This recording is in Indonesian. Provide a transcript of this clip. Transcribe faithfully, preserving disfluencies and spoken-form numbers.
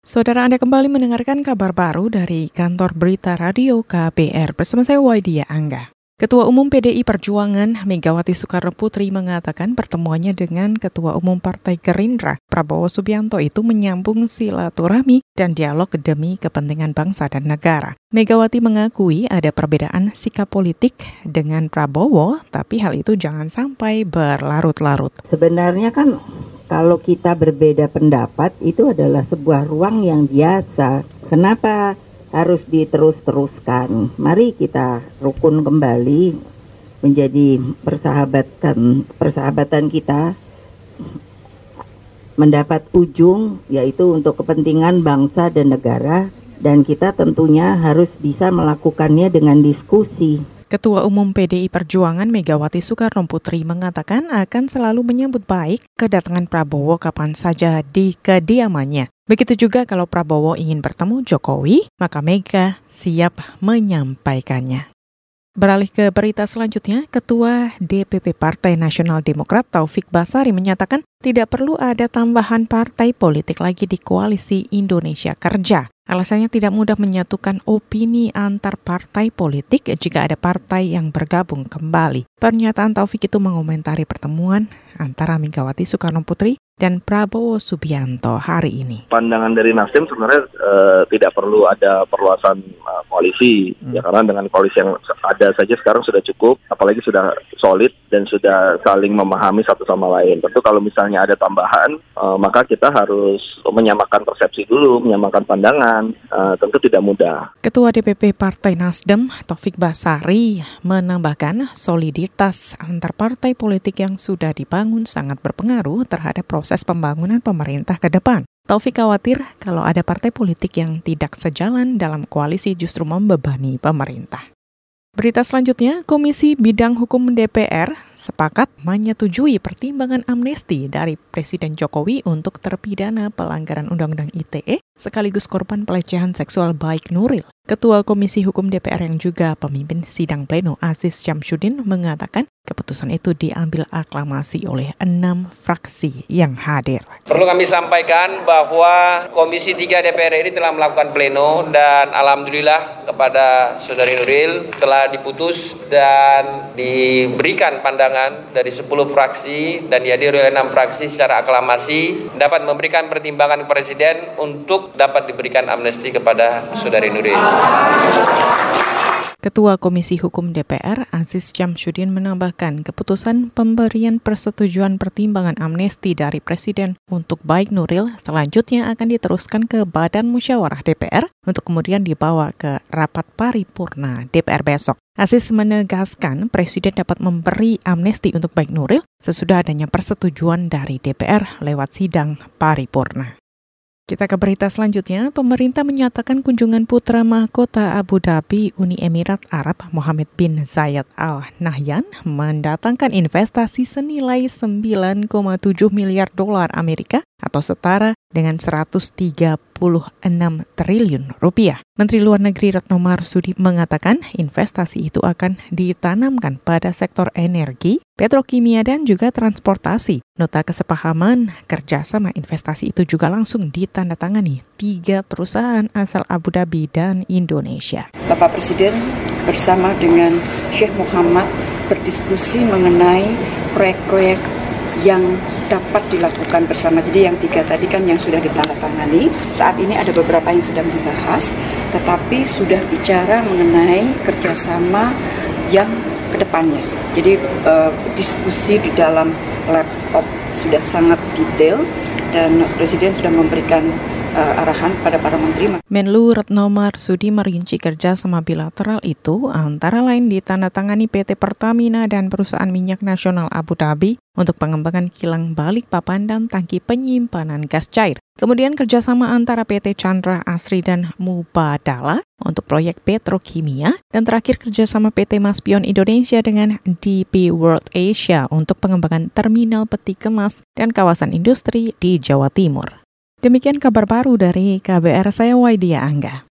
Saudara, Anda kembali mendengarkan kabar baru dari kantor berita radio K B R bersama saya Waidia Angga. Ketua Umum P D I Perjuangan Megawati Soekarnoputri mengatakan pertemuannya dengan Ketua Umum Partai Gerindra Prabowo Subianto itu menyambung silaturahmi dan dialog demi kepentingan bangsa dan negara. Megawati mengakui ada perbedaan sikap politik dengan Prabowo, tapi hal itu jangan sampai berlarut-larut. Sebenarnya kan kalau kita berbeda pendapat itu adalah sebuah ruang yang biasa. Kenapa harus diterus-teruskan? Mari kita rukun kembali menjadi persahabatan persahabatan kita mendapat ujung, yaitu untuk kepentingan bangsa dan negara, dan kita tentunya harus bisa melakukannya dengan diskusi. Ketua Umum P D I Perjuangan Megawati Soekarnoputri mengatakan akan selalu menyambut baik kedatangan Prabowo kapan saja di kediamannya. Begitu juga kalau Prabowo ingin bertemu Jokowi, maka Mega siap menyampaikannya. Beralih ke berita selanjutnya, Ketua D P P Partai Nasional Demokrat Taufik Basari menyatakan tidak perlu ada tambahan partai politik lagi di Koalisi Indonesia Kerja. Alasannya tidak mudah menyatukan opini antar partai politik jika ada partai yang bergabung kembali. Pernyataan Taufik itu mengomentari pertemuan antara Megawati Soekarnoputri dan Prabowo Subianto hari ini. Pandangan dari Nasdem sebenarnya uh, tidak perlu ada perluasan uh, koalisi, hmm. ya karena dengan koalisi yang ada saja sekarang sudah cukup, apalagi sudah solid dan sudah saling memahami satu sama lain. Tentu kalau misalnya ada tambahan, uh, maka kita harus menyamakan persepsi dulu, menyamakan pandangan, uh, tentu tidak mudah. Ketua D P P Partai Nasdem Taufik Basari menambahkan soliditas antar partai politik yang sudah dibangun sangat berpengaruh terhadap proses pembangunan pemerintah ke depan. Taufik khawatir kalau ada partai politik yang tidak sejalan dalam koalisi justru membebani pemerintah. Berita selanjutnya, Komisi Bidang Hukum D P R sepakat menyetujui pertimbangan amnesti dari Presiden Jokowi untuk terpidana pelanggaran Undang-Undang I T E sekaligus korban pelecehan seksual Baik Nuril. Ketua Komisi Hukum D P R yang juga pemimpin sidang pleno Aziz Syamsuddin mengatakan keputusan itu diambil aklamasi oleh enam fraksi yang hadir. Perlu kami sampaikan bahwa Komisi tiga D P R ini telah melakukan pleno dan alhamdulillah kepada Saudari Nuril telah diputus dan diberikan pandangan dari sepuluh fraksi dan dihadiri oleh enam fraksi secara aklamasi dapat memberikan pertimbangan Presiden untuk dapat diberikan amnesti kepada Saudari Nuril. Ketua Komisi Hukum D P R Aziz Syamsuddin menambahkan keputusan pemberian persetujuan pertimbangan amnesti dari Presiden untuk Baik Nuril selanjutnya akan diteruskan ke Badan Musyawarah D P R untuk kemudian dibawa ke rapat paripurna D P R besok. Aziz menegaskan Presiden dapat memberi amnesti untuk Baik Nuril sesudah adanya persetujuan dari D P R lewat sidang paripurna. Kita ke berita selanjutnya, pemerintah menyatakan kunjungan putra mahkota Abu Dhabi Uni Emirat Arab Mohammed bin Zayed Al Nahyan mendatangkan investasi senilai sembilan koma tujuh miliar dolar Amerika atau setara dengan seratus tiga puluh enam triliun rupiah. Menteri Luar Negeri Retno Marsudi mengatakan investasi itu akan ditanamkan pada sektor energi, petrokimia dan juga transportasi. Nota kesepahaman kerjasama investasi itu juga langsung ditandatangani tiga perusahaan asal Abu Dhabi dan Indonesia. Bapak Presiden bersama dengan Sheikh Muhammad berdiskusi mengenai proyek-proyek yang dapat dilakukan bersama. Jadi yang tiga tadi kan yang sudah ditandatangani. Saat ini ada beberapa yang sedang dibahas, tetapi sudah bicara mengenai kerjasama yang kedepannya. Jadi uh, diskusi di dalam laptop sudah sangat detail dan Presiden sudah memberikan uh, arahan pada para menteri. Menlu Retno Marsudi merinci kerjasama bilateral itu antara lain ditandatangani P T Pertamina dan Perusahaan Minyak Nasional Abu Dhabi untuk pengembangan kilang Balikpapan dan tangki penyimpanan gas cair. Kemudian kerjasama antara P T Chandra Asri dan Mubadala untuk proyek petrokimia. Dan terakhir kerjasama P T Maspion Indonesia dengan D P World Asia untuk pengembangan terminal peti kemas dan kawasan industri di Jawa Timur. Demikian kabar baru dari K B R, saya Waidia Angga.